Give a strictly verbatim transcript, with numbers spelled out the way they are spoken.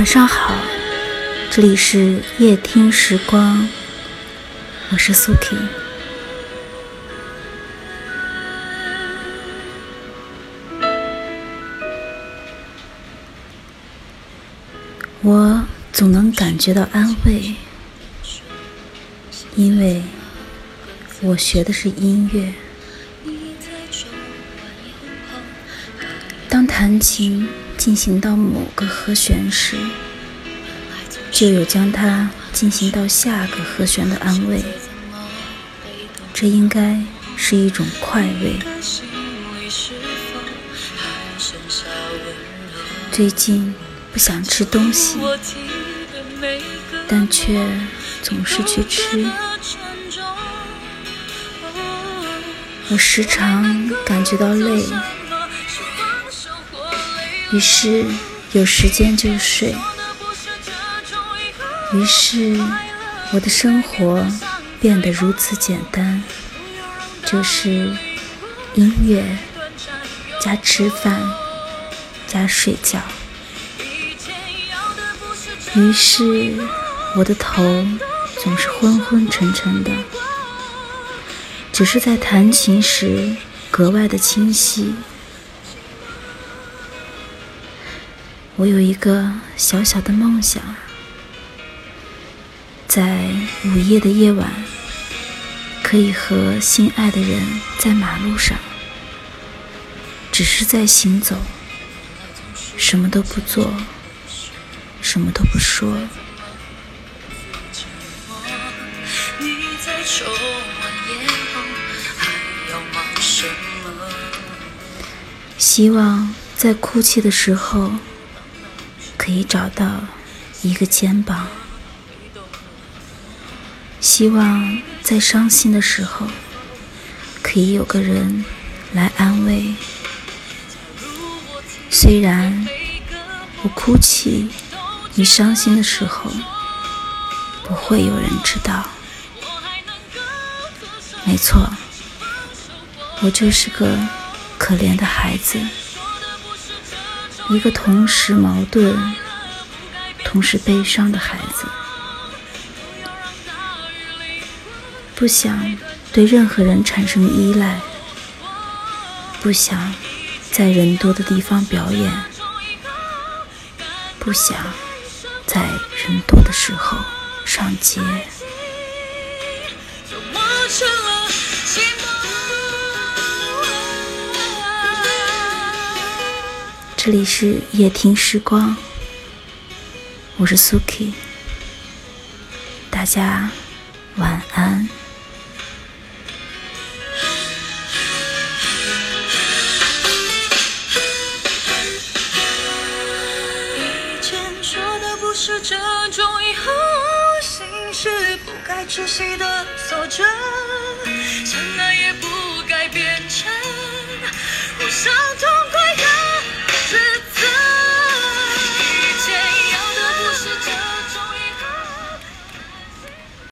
晚上好，这里是夜听时光，我是苏 K。我总能感觉到安慰，因为我学的是音乐。当弹琴进行到某个和弦时，就有将它进行到下个和弦的安慰，这应该是一种快慰。最近不想吃东西，但却总是去吃。我时常感觉到累，于是有时间就睡。于是我的生活变得如此简单，就是音乐加吃饭加睡觉。于是我的头总是昏昏沉沉的，只是在弹琴时格外的清晰。我有一个小小的梦想，在午夜的夜晚，可以和心爱的人在马路上，只是在行走，什么都不做，什么都不说。希望在哭泣的时候可以找到一个肩膀，希望在伤心的时候可以有个人来安慰。虽然我哭泣与伤心的时候不会有人知道，没错，我就是个可怜的孩子，一个同时矛盾同时悲伤的孩子，不想对任何人产生依赖，不想在人多的地方表演，不想在人多的时候上街。这里是夜听时光，我是苏 K， 大家晚安。 以前说的不是这种，以后心事不该窒息的锁着，相爱也不该变成互相痛。